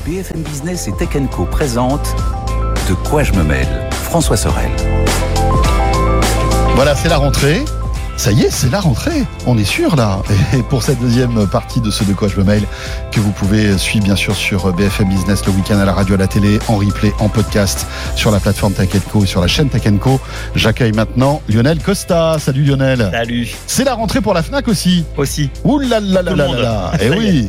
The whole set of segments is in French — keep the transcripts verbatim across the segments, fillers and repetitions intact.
B F M Business et Tech and Co présente De quoi je me mêle, François Sorel. Voilà, c'est la rentrée. Ça y est, c'est la rentrée. On est sûr là. Et pour cette deuxième partie de ce De quoi je me mêle, que vous pouvez suivre bien sûr sur B F M Business le week-end à la radio, à la télé, en replay, en podcast, sur la plateforme Tech and Co et sur la chaîne Tech and Co. J'accueille maintenant Lionel Costa. Salut Lionel. Salut. C'est la rentrée pour la Fnac aussi. Aussi. Ouh là là là là là là. Et oui.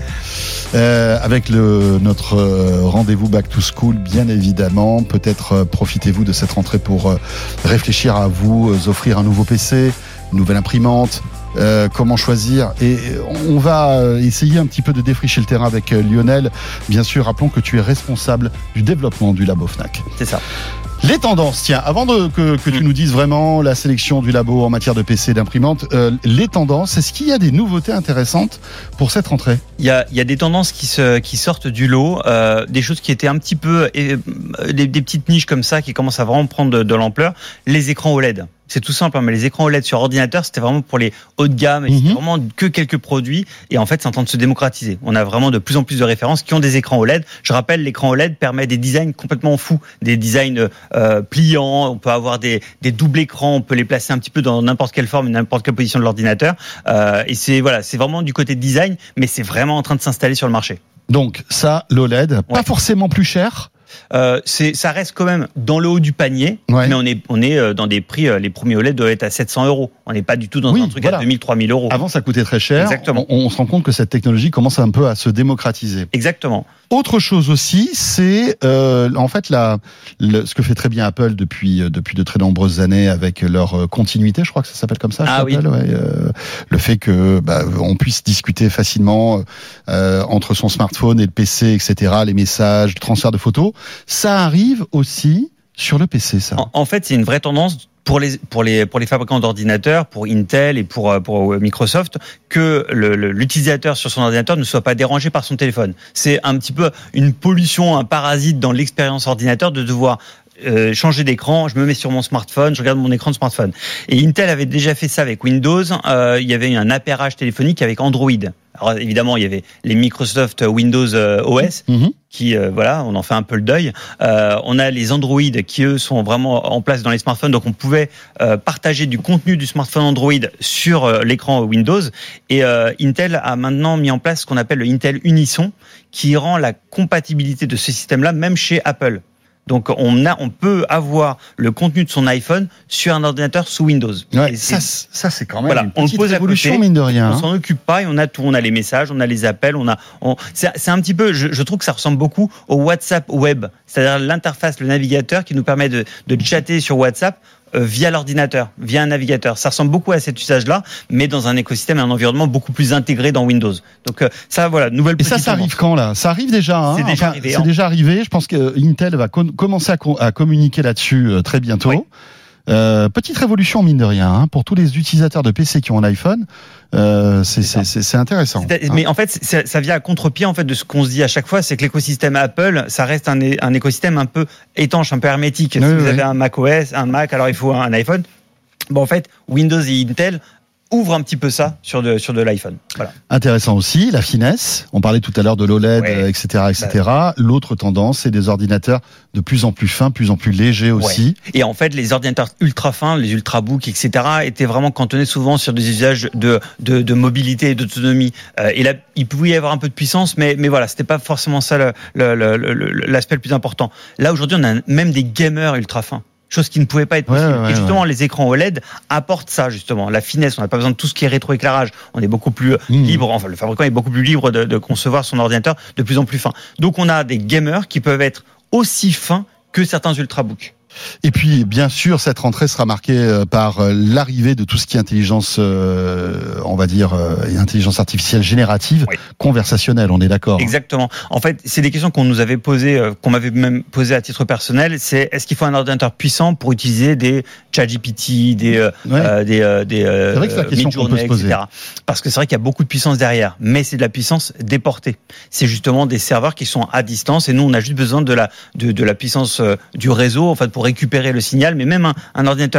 Euh, avec le, notre euh, rendez-vous Back to School, bien évidemment. Peut-être euh, profitez-vous de cette rentrée pour euh, réfléchir à vous euh, offrir un nouveau P C, une nouvelle imprimante, euh, comment choisir. Et on va euh, essayer un petit peu de défricher le terrain avec euh, Lionel. Bien sûr, rappelons que tu es responsable du développement du labo Fnac. C'est ça. Les tendances, tiens, avant de, que, que tu mmh. nous dises vraiment la sélection du labo en matière de P C et d'imprimante, euh, les tendances, est-ce qu'il y a des nouveautés intéressantes pour cette rentrée ? Il y a, il y a des tendances qui, se, qui sortent du lot, euh, des choses qui étaient un petit peu, euh, des, des petites niches comme ça qui commencent à vraiment prendre de, de l'ampleur. Les écrans O L E D. C'est tout simple, hein, mais les écrans O L E D sur ordinateur, c'était vraiment pour les hauts de gamme, et mmh. c'était vraiment que quelques produits, et en fait, c'est en train de se démocratiser. On a vraiment de plus en plus de références qui ont des écrans O L E D. Je rappelle, l'écran O L E D permet des designs complètement fous, des designs euh, pliants, on peut avoir des, des doubles écrans, on peut les placer un petit peu dans n'importe quelle forme, n'importe quelle position de l'ordinateur, euh, et c'est voilà, c'est vraiment du côté de design, mais c'est vraiment en train de s'installer sur le marché. Donc ça, l'O L E D, ouais. pas forcément plus cher. Euh, c'est, ça reste quand même dans le haut du panier, ouais. mais on est, on est dans des prix, les premiers O L E D doivent être à sept cents euros. On n'est pas du tout dans oui, un truc voilà. à deux mille, trois mille euros. Avant, ça coûtait très cher. Exactement. On, on se rend compte que cette technologie commence un peu à se démocratiser. Exactement. Autre chose aussi, c'est euh, en fait la, le, ce que fait très bien Apple depuis depuis de très nombreuses années avec leur continuité, je crois que ça s'appelle comme ça. Ah oui. Ouais, euh, le fait que bah, on puisse discuter facilement euh, entre son smartphone et le P C, et cetera. Les messages, le transfert de photos, ça arrive aussi sur le P C. Ça. En, en fait, c'est une vraie tendance. Pour les pour les pour les fabricants d'ordinateurs, pour Intel et pour pour Microsoft, que le, le, l'utilisateur sur son ordinateur ne soit pas dérangé par son téléphone. C'est un petit peu une pollution, un parasite dans l'expérience ordinateur de devoir Euh, changer d'écran, je me mets sur mon smartphone, je regarde mon écran de smartphone. Et Intel avait déjà fait ça avec Windows. Euh, il y avait un appairage téléphonique avec Android. Alors évidemment, il y avait les Microsoft Windows euh, O S mmh. qui, euh, voilà, on en fait un peu le deuil. Euh, on a les Android qui eux sont vraiment en place dans les smartphones, donc on pouvait euh, partager du contenu du smartphone Android sur euh, l'écran Windows. Et euh, Intel a maintenant mis en place ce qu'on appelle le Intel Unison, qui rend la compatibilité de ce système-là même chez Apple. Donc on a, on peut avoir le contenu de son iPhone sur un ordinateur sous Windows. Ouais, ça, ça c'est quand même voilà, une on petite le pose révolution à côté, mine de rien. On hein. s'en occupe pas et on a tout, on a les messages, on a les appels, on a, on, c'est, c'est un petit peu, je, je trouve que ça ressemble beaucoup au WhatsApp web, c'est-à-dire l'interface, le navigateur qui nous permet de, de chatter sur WhatsApp euh, via l'ordinateur, via un navigateur. Ça ressemble beaucoup à cet usage-là, mais dans un écosystème et un environnement beaucoup plus intégré dans Windows. Donc euh, ça, voilà, nouvelle. Et ça, ça arrive quand là ? Ça arrive déjà. Hein c'est déjà enfin, arrivé. C'est hein. déjà arrivé. Je pense que Intel va con- commencer à, co- à communiquer là-dessus euh, très bientôt. Oui. Euh, petite révolution mine de rien hein, pour tous les utilisateurs de P C qui ont un iPhone. Euh, c'est, c'est, c'est, c'est intéressant. C'est, mais en fait, c'est, ça vient à contre-pied en fait de ce qu'on se dit à chaque fois, c'est que l'écosystème Apple, ça reste un, un écosystème un peu étanche, un peu hermétique. Oui, si vous oui. avez un macOS, un Mac, alors il faut un iPhone. Bon, en fait, Windows et Intel ouvre un petit peu ça sur de sur de l'iPhone. Voilà. Intéressant aussi, la finesse. On parlait tout à l'heure de l'O L E D, ouais. et cetera, et cetera. Bah, L'autre tendance, c'est des ordinateurs de plus en plus fins, plus en plus légers aussi. Ouais. Et en fait, les ordinateurs ultra fins, les ultrabooks, et cetera, étaient vraiment cantonnés souvent sur des usages de de, de mobilité et d'autonomie. Euh, et là, il pouvait y avoir un peu de puissance, mais mais voilà, c'était pas forcément ça le, le, le, le, l'aspect le plus important. Là, aujourd'hui, on a même des gamers ultra fins. Chose qui ne pouvait pas être possible. Ouais, ouais, et justement, ouais. les écrans O L E D apportent ça, justement. La finesse, on n'a pas besoin de tout ce qui est rétroéclairage. On est beaucoup plus mmh. libre, enfin, le fabricant est beaucoup plus libre de, de concevoir son ordinateur de plus en plus fin. Donc, on a des gamers qui peuvent être aussi fins que certains ultrabooks. Et puis, bien sûr, cette rentrée sera marquée par l'arrivée de tout ce qui est intelligence, euh, on va dire, euh, intelligence artificielle générative, oui. conversationnelle, on est d'accord. Exactement. En fait, c'est des questions qu'on nous avait posées, euh, qu'on m'avait même posées à titre personnel. C'est est-ce qu'il faut un ordinateur puissant pour utiliser des ChatGPT, des, euh, ouais. euh, des, euh, des euh, c'est vrai que c'est la question qu'on peut se poser. et cetera. Parce que c'est vrai qu'il y a beaucoup de puissance derrière, mais c'est de la puissance déportée. C'est justement des serveurs qui sont à distance et nous, on a juste besoin de la, de, de la puissance euh, du réseau, en fait, pour récupérer le signal. Mais même un, un ordinateur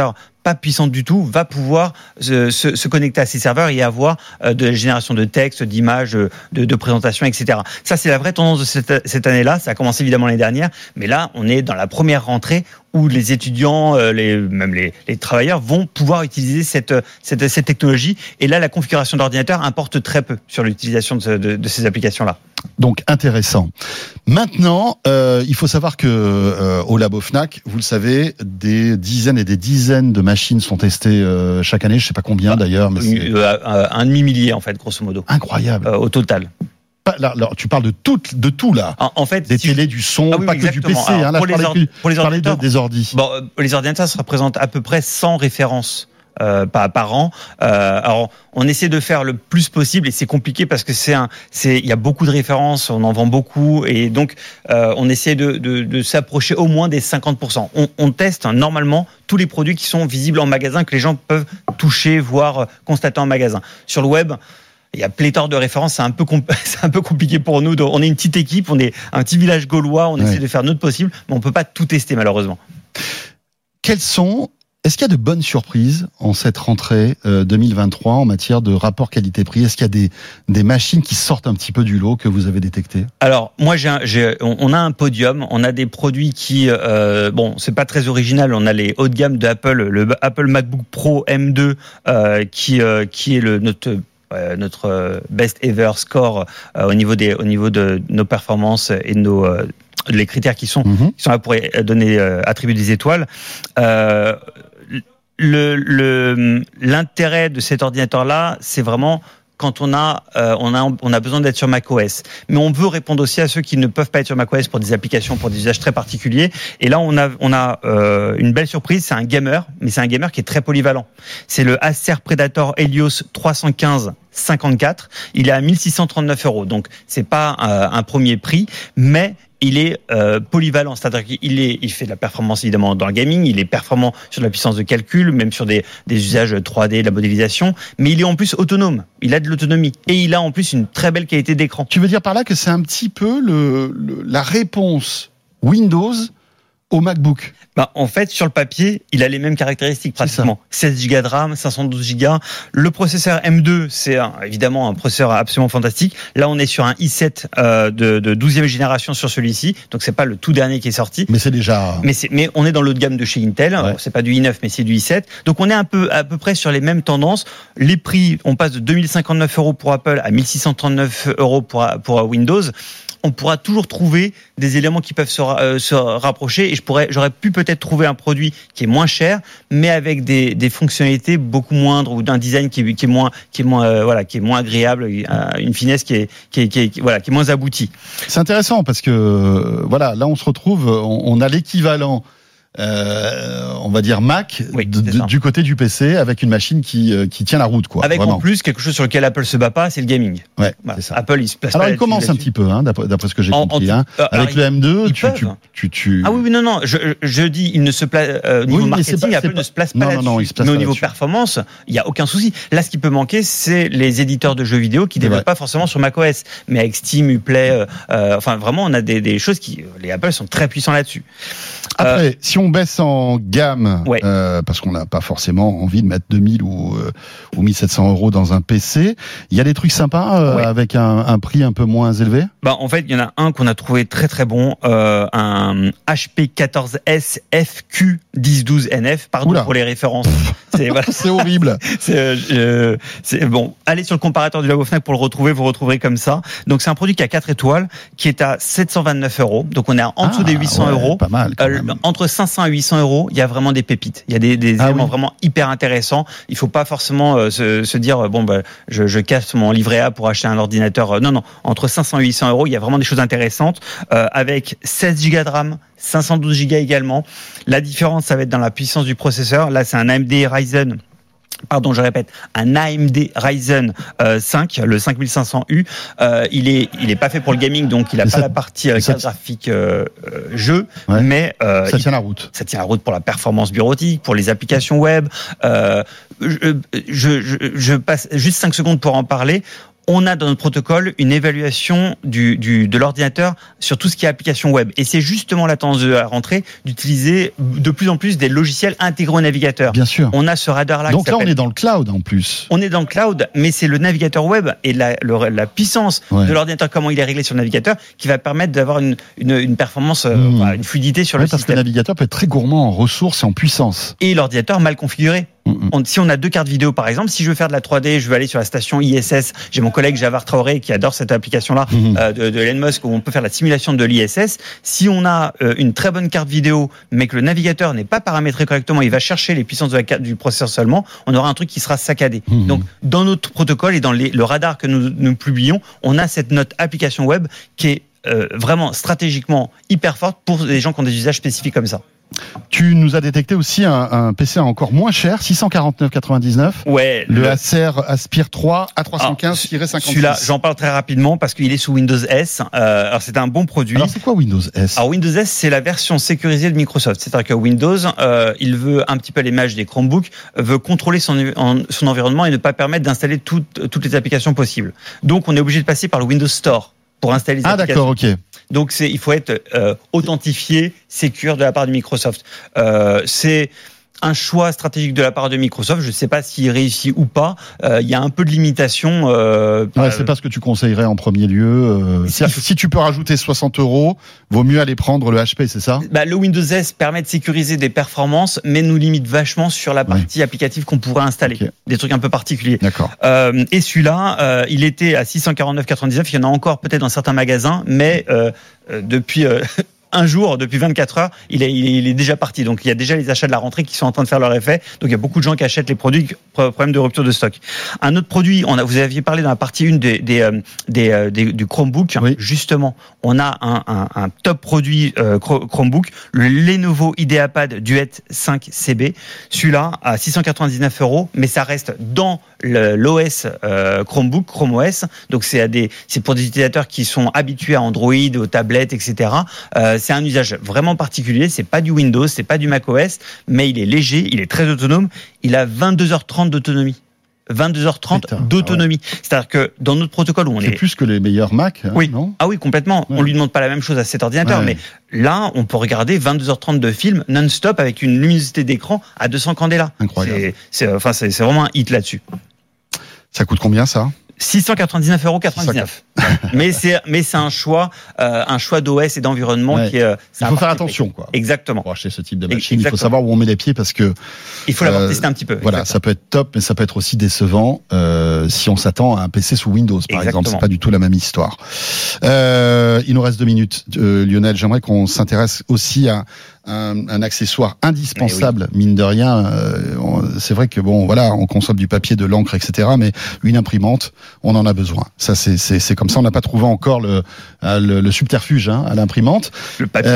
pas puissante du tout, va pouvoir se, se, se connecter à ces serveurs et avoir euh, de la génération de texte, d'images, de, de présentation, et cetera. Ça, c'est la vraie tendance de cette, cette année-là. Ça a commencé évidemment l'année dernière, mais là, on est dans la première rentrée où les étudiants, euh, les, même les, les travailleurs vont pouvoir utiliser cette, cette, cette technologie. Et là, la configuration d'ordinateur importe très peu sur l'utilisation de, de, de ces applications-là. Donc intéressant. Maintenant, euh, il faut savoir que euh, au Labo Fnac, vous le savez, des dizaines et des dizaines de machines sont testées euh, chaque année. Je sais pas combien d'ailleurs, mais c'est euh, un demi millier en fait, grosso modo. Incroyable. Euh, au total. Là, là, tu parles de tout, de tout là. En, en fait, des si télés, je... du son, ah oui, pas oui, que du P C. Alors, hein, là, pour, je les parlais ordi... plus, pour les ordinateurs, de, des ordis. Bon, les ordinateurs, ça représente à peu près cent références. Euh, par, par an. Euh, alors, on essaie de faire le plus possible et c'est compliqué parce que c'est un, c'est, il y a beaucoup de références, on en vend beaucoup et donc euh, on essaie de, de, de s'approcher au moins des cinquante pour cent. On, on teste hein, normalement tous les produits qui sont visibles en magasin, que les gens peuvent toucher, voir, constater en magasin. Sur le web, il y a pléthore de références, c'est un peu compl- c'est un peu compliqué pour nous. On est une petite équipe, on est un petit village gaulois, on ouais. essaie de faire notre possible, mais on peut pas tout tester malheureusement. Quels sont Est-ce qu'il y a de bonnes surprises en cette rentrée euh, deux mille vingt-trois en matière de rapport qualité-prix ? Est-ce qu'il y a des, des machines qui sortent un petit peu du lot que vous avez détectées ? Alors, moi, j'ai, un, j'ai, on a un podium. On a des produits qui, euh, bon, c'est pas très original. On a les haut de gamme de Apple, le Apple MacBook Pro M deux, euh, qui, euh, qui est le notre euh, notre best ever score euh, au niveau des, au niveau de nos performances et de nos euh, les critères qui sont mmh. qui sont là pour donner euh, attribuer des étoiles. Euh, Le, le, l'intérêt de cet ordinateur-là, c'est vraiment quand on a, euh, on a, on a besoin d'être sur macOS. Mais on veut répondre aussi à ceux qui ne peuvent pas être sur macOS pour des applications, pour des usages très particuliers. Et là, on a, on a euh, une belle surprise. C'est un gamer, mais c'est un gamer qui est très polyvalent. C'est le Acer Predator Helios trois cent quinze cinquante-quatre. Il est à mille six cent trente-neuf euros. Donc, c'est pas euh, un premier prix, mais il est euh, polyvalent, c'est-à-dire qu'il est, il fait de la performance évidemment dans le gaming, il est performant sur la puissance de calcul, même sur des, des usages trois D, de la modélisation, mais il est en plus autonome, il a de l'autonomie et il a en plus une très belle qualité d'écran. Tu veux dire par là que c'est un petit peu le, le, la réponse Windows au MacBook? Bah, en fait, sur le papier, il a les mêmes caractéristiques pratiquement. seize gigas de RAM, cinq cent douze gigas. Le processeur M deux, c'est un, évidemment un processeur absolument fantastique. Là, on est sur un i sept euh, de, de douzième génération sur celui-ci. Donc, c'est pas le tout dernier qui est sorti. Mais c'est déjà... Mais, c'est, mais on est dans le haut de gamme de chez Intel. Ouais. C'est pas du i neuf, mais c'est du i sept. Donc, on est un peu, à peu près sur les mêmes tendances. Les prix, on passe de deux mille cinquante-neuf euros pour Apple à mille six cent trente-neuf euros pour, pour Windows. On pourra toujours trouver des éléments qui peuvent se, euh, se rapprocher et je pourrais, j'aurais pu peut-être trouver un produit qui est moins cher, mais avec des, des fonctionnalités beaucoup moindres ou d'un design qui est, qui est moins, qui est moins, euh, voilà, qui est moins agréable, une finesse qui est, qui est, qui est, qui, voilà, qui est moins aboutie. C'est intéressant parce que voilà, là on se retrouve, on, on a l'équivalent. Euh, on va dire Mac oui, de, de, du côté du P C avec une machine qui euh, qui tient la route quoi. Avec vraiment. En plus quelque chose sur lequel Apple se bat pas, c'est le gaming. Ouais, voilà. c'est ça. Apple il se place. Alors pas il commence un petit peu hein, d'après, d'après ce que j'ai en, compris. En, hein. euh, avec le M deux, tu, tu, tu, tu. Ah oui, oui non non, je, je dis il ne se place euh, au niveau oui, marketing, pas, Apple pas... ne se place pas non, là-dessus. Non, non, il se place mais pas au niveau là-dessus. Performance, il y a aucun souci. Là, ce qui peut manquer, c'est les éditeurs de jeux vidéo qui développent pas forcément sur macOS, mais avec Steam, Uplay. Euh, euh, enfin, vraiment, on a des, des choses qui, les Apple sont très puissants là-dessus. Après, euh, si on baisse en gamme, ouais. euh, parce qu'on n'a pas forcément envie de mettre deux mille ou, euh, ou mille sept cents euros dans un P C, il y a des trucs sympas euh, ouais. avec un, un prix un peu moins élevé. Bah, en fait, il y en a un qu'on a trouvé très très bon, euh, un H P quatorze S F Q dix douze N F. Pardon Oula. Pour les références. C'est, voilà. C'est horrible. c'est, euh, c'est bon. Allez sur le comparateur du Labo Fnac pour le retrouver. Vous retrouverez comme ça. Donc c'est un produit qui a quatre étoiles, qui est à sept cent vingt-neuf euros. Donc on est en ah, dessous des huit cents ouais, euros. Pas mal. Quand même. Euh, entre cinq cents et huit cents euros, il y a vraiment des pépites. Il y a des, des ah, éléments oui. vraiment hyper intéressants. Il faut pas forcément euh, se, se dire bon bah je, je casse mon livret A pour acheter un ordinateur. Non non. Entre cinq cents et huit cents euros, il y a vraiment des choses intéressantes euh, avec seize gigas de RAM. cinq cent douze gigas également. La différence, ça va être dans la puissance du processeur. Là, c'est un A M D Ryzen. Pardon, je répète, un A M D Ryzen euh, cinq, le cinq mille cinq cents U. Euh, il est, il est pas fait pour le gaming, donc il a mais pas ça, la partie euh, carte graphique euh, euh, jeu, ouais, mais euh, ça tient il, la route. Ça tient la route pour la performance bureautique, pour les applications web. Euh, je, je, je, je passe juste cinq secondes pour en parler. on a dans notre protocole une évaluation du, du, de l'ordinateur sur tout ce qui est application web. Et c'est justement la tendance de la rentrée d'utiliser de plus en plus des logiciels intégrés au navigateur. Bien sûr. On a ce radar-là. Donc là, on est dans le cloud en plus. On est dans le cloud, mais c'est le navigateur web et la, le, la puissance ouais. de l'ordinateur, comment il est réglé sur le navigateur, qui va permettre d'avoir une, une, une performance, mmh. euh, une fluidité sur ouais, le parce système. Parce que le navigateur peut être très gourmand en ressources et en puissance. Et l'ordinateur mal configuré. On, si on a deux cartes vidéo par exemple, si je veux faire de la trois D, je veux aller sur la station I S S, j'ai mon collègue Javar Traoré qui adore cette application-là mmh. euh, de, de Elon Musk où on peut faire la simulation de l'I S S. Si on a euh, une très bonne carte vidéo, mais que le navigateur n'est pas paramétré correctement, il va chercher les puissances de la carte, du processeur seulement, on aura un truc qui sera saccadé. Mmh. Donc dans notre protocole et dans les, le radar que nous, nous publions, on a cette note application web qui est euh, vraiment stratégiquement hyper forte pour les gens qui ont des usages spécifiques comme ça. Tu nous as détecté aussi un, un P C encore moins cher, six cent quarante-neuf quatre-vingt-dix-neuf. Ouais. Le, le Acer Aspire trois A trois cent quinze cinquante-six. Celui-là, j'en parle très rapidement parce qu'il est sous Windows S. Euh, alors c'est un bon produit. Alors c'est quoi Windows S ? Alors Windows S, c'est la version sécurisée de Microsoft. C'est-à-dire que Windows, euh, il veut un petit peu à l'image des Chromebooks, veut contrôler son, en, son environnement et ne pas permettre d'installer toutes, toutes les applications possibles. Donc on est obligé de passer par le Windows Store pour installer les ah, applications. Ah d'accord, ok. Donc c'est, il faut être euh, authentifié, sécure de la part de Microsoft. Euh, c'est un choix stratégique de la part de Microsoft. Je ne sais pas s'il réussit ou pas. Euh, il y a un peu de limitation. Euh, ouais, c'est pas ce que tu conseillerais en premier lieu. Euh, si, si tu peux rajouter soixante euros, vaut mieux aller prendre le H P, c'est ça ? Bah, le Windows S permet de sécuriser des performances, mais nous limite vachement sur la partie ouais. applicative qu'on pourrait installer. Okay. Des trucs un peu particuliers. D'accord. Euh, et celui-là, euh, il était à six cent quarante-neuf quatre-vingt-dix-neuf. Il y en a encore peut-être dans certains magasins, mais euh, euh, depuis... Euh, un jour, depuis vingt-quatre heures, il est, il est déjà parti. Donc, il y a déjà les achats de la rentrée qui sont en train de faire leur effet. Donc, il y a beaucoup de gens qui achètent les produits, problème de rupture de stock. Un autre produit, on a, vous aviez parlé dans la partie un des, des, des, des, du Chromebook. Oui. Justement, on a un, un, un top produit euh, Chromebook, le Lenovo IdeaPad Duet cinq C B. Celui-là, à six cent quatre-vingt-dix-neuf euros, mais ça reste dans le, l'O S euh, Chromebook, Chrome O S. Donc, c'est, à des, c'est pour des utilisateurs qui sont habitués à Android, aux tablettes, et cetera. Euh, c'est un usage vraiment particulier, c'est pas du Windows, c'est pas du macOS, mais il est léger, il est très autonome, il a vingt-deux heures trente d'autonomie. vingt-deux heures trente Putain, d'autonomie. Ah ouais. C'est-à-dire que dans notre protocole où on c'est est... C'est plus que les meilleurs Mac, hein, oui. non ? Ah oui, complètement. Ouais. On lui demande pas la même chose à cet ordinateur, ouais. mais là, on peut regarder vingt-deux heures trente de film non-stop avec une luminosité d'écran à deux cents candélas. Incroyable. C'est, c'est, enfin, c'est, c'est vraiment un hit là-dessus. Ça coûte combien, ça ? six cent quatre-vingt-dix-neuf euros quatre-vingt-dix-neuf. mais c'est mais c'est un choix euh, un choix d'O S et d'environnement ouais. qui est euh, il faut faire attention quoi. Exactement. Pour acheter ce type de machine, Exactement. Il faut savoir où on met les pieds parce que il faut l'avoir euh, testé un petit peu. Voilà, Exactement. Ça peut être top mais ça peut être aussi décevant euh, si on s'attend à un P C sous Windows par Exactement. Exemple, c'est pas du tout la même histoire. Euh, il nous reste deux minutes euh, Lionel, j'aimerais qu'on s'intéresse aussi à Un, un accessoire indispensable, oui. mine de rien. Euh, on, c'est vrai que bon, voilà, on consomme du papier, de l'encre, et cetera. Mais une imprimante, on en a besoin. Ça, c'est, c'est, c'est comme ça. On n'a pas trouvé encore le, le, le subterfuge hein, à l'imprimante. Le papier.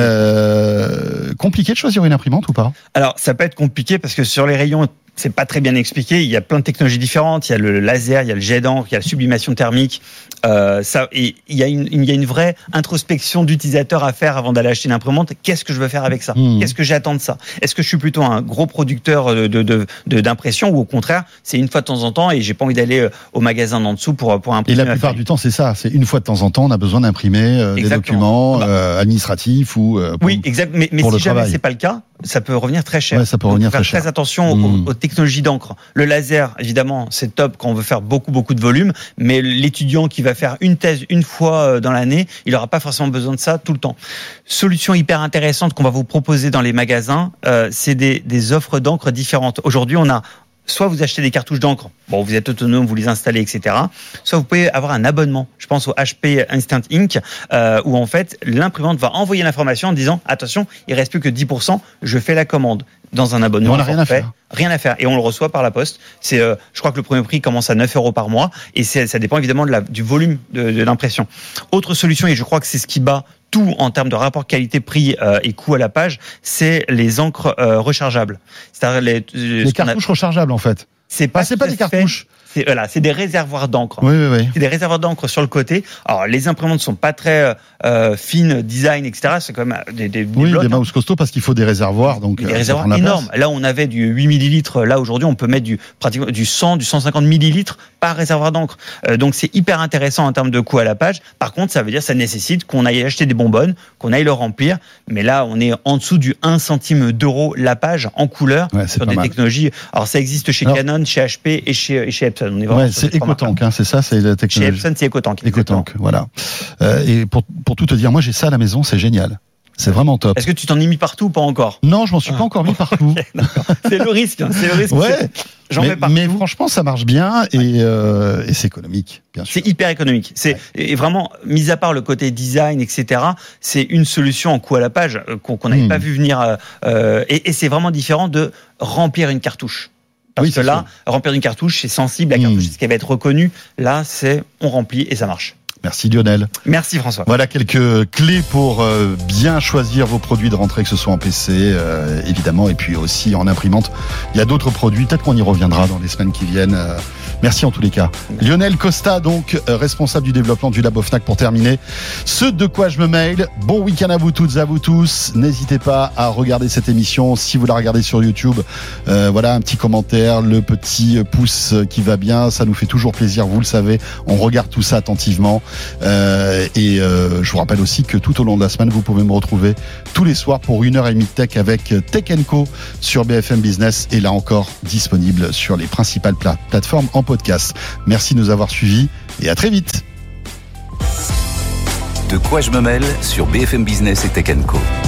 Euh, compliqué de choisir une imprimante ou pas ? Alors, ça peut être compliqué parce que sur les rayons, c'est pas très bien expliqué. Il y a plein de technologies différentes. Il y a le laser, il y a le jet d'encre, il y a la sublimation thermique. Euh, ça, et il y a une, il y a une vraie introspection d'utilisateur à faire avant d'aller acheter une imprimante. Qu'est-ce que je veux faire avec ça ? Mmh. Qu'est-ce que j'attends de ça ? Est-ce que je suis plutôt un gros producteur de, de, de, de d'impression ou au contraire, c'est une fois de temps en temps et j'ai pas envie d'aller au magasin d'en dessous pour pour imprimer. Et la plupart du temps, c'est ça. C'est une fois de temps en temps, on a besoin d'imprimer euh, des documents euh, administratifs ou. Euh, pour, oui, exact. Mais, mais si jamais c'est pas le cas, ça peut revenir très cher. Ouais, ça peut revenir Donc, très faire cher. Très attention mmh. aux, aux technologies d'encre. Le laser, évidemment, c'est top quand on veut faire beaucoup, beaucoup de volume, mais l'étudiant qui va faire une thèse une fois dans l'année, il n'aura pas forcément besoin de ça tout le temps. Solution hyper intéressante qu'on va vous proposer dans les magasins, euh, c'est des, des offres d'encre différentes. Aujourd'hui, on a soit vous achetez des cartouches d'encre, bon, vous êtes autonome, vous les installez, et cetera. Soit vous pouvez avoir un abonnement. Je pense au H P Instant Ink, euh, où en fait, l'imprimante va envoyer l'information en disant, attention, il reste plus que dix pour cent, je fais la commande. Dans un abonnement. On n'a rien à faire. Rien à faire. Et on le reçoit par la poste. C'est, euh, je crois que le premier prix commence à neuf euros par mois. Et c'est, ça dépend évidemment de la, du volume de, de l'impression. Autre solution, et je crois que c'est ce qui bat tout en termes de rapport qualité-prix euh, et coût à la page, c'est les encres euh, rechargeables. C'est-à-dire les, les cartouches a... rechargeables en fait. C'est pas, ah, c'est pas des cartouches. C'est, voilà, c'est des réservoirs d'encre. Oui, oui, oui. C'est des réservoirs d'encre sur le côté. Alors, les imprimantes sont pas très euh, fines, design, et cetera. C'est quand même des, des, des oui, blocs, des mouse costauds parce qu'il faut des réservoirs. Donc, des euh, réservoirs énormes. Là, on avait du huit millilitres. Là, aujourd'hui, on peut mettre du, pratiquement, du cent, du cent cinquante millilitres par réservoir d'encre. Euh, donc, c'est hyper intéressant en termes de coût à la page. Par contre, ça veut dire, ça nécessite qu'on aille acheter des bonbonnes, qu'on aille le remplir. Mais là, on est en dessous du un centime d'euro la page en couleur ouais, sur des mal. technologies. Alors, ça existe chez Alors, Canon, chez H P et chez, et chez Epson. On est vraiment ouais, c'est EcoTank, hein, c'est ça, c'est la technologie. Chez Epson, c'est EcoTank. EcoTank, voilà. Euh, et pour, pour tout te dire, moi j'ai ça à la maison, c'est génial. C'est vraiment top. Est-ce que tu t'en es mis partout ou pas encore ? Non, je m'en suis ah. pas encore mis partout. Okay, c'est le risque, hein, c'est le risque. Ouais. J'en mais, mets partout. Mais franchement, ça marche bien et, ouais. euh, et c'est économique, bien sûr. C'est hyper économique. C'est ouais. et vraiment, mis à part le côté design, et cetera. C'est une solution en coût à la page qu'on n'avait mmh. pas vu venir. Euh, et, et c'est vraiment différent de remplir une cartouche. Parce oui, que là, ça. remplir une cartouche, c'est sensible. La cartouche, mmh. c'est ce qui va être reconnu. Là, c'est on remplit et ça marche. Merci Lionel. Merci François. Voilà quelques clés pour euh, bien choisir vos produits de rentrée, que ce soit en P C, euh, évidemment, et puis aussi en imprimante. Il y a d'autres produits, peut-être qu'on y reviendra dans les semaines qui viennent. Euh, merci en tous les cas. Merci. Lionel Costa, donc, euh, responsable du développement du Labo Fnac pour terminer. Ce de quoi je me mail. Bon week-end à vous toutes, à vous tous. N'hésitez pas à regarder cette émission. Si vous la regardez sur YouTube, euh, voilà, un petit commentaire, le petit pouce qui va bien. Ça nous fait toujours plaisir, vous le savez. On regarde tout ça attentivement. Euh, et euh, je vous rappelle aussi que tout au long de la semaine, vous pouvez me retrouver tous les soirs pour une heure et demie de tech avec Tech and Co sur B F M Business et là encore disponible sur les principales pla- plateformes en podcast. Merci de nous avoir suivis et à très vite. De quoi je me mêle sur B F M Business et Tech and Co.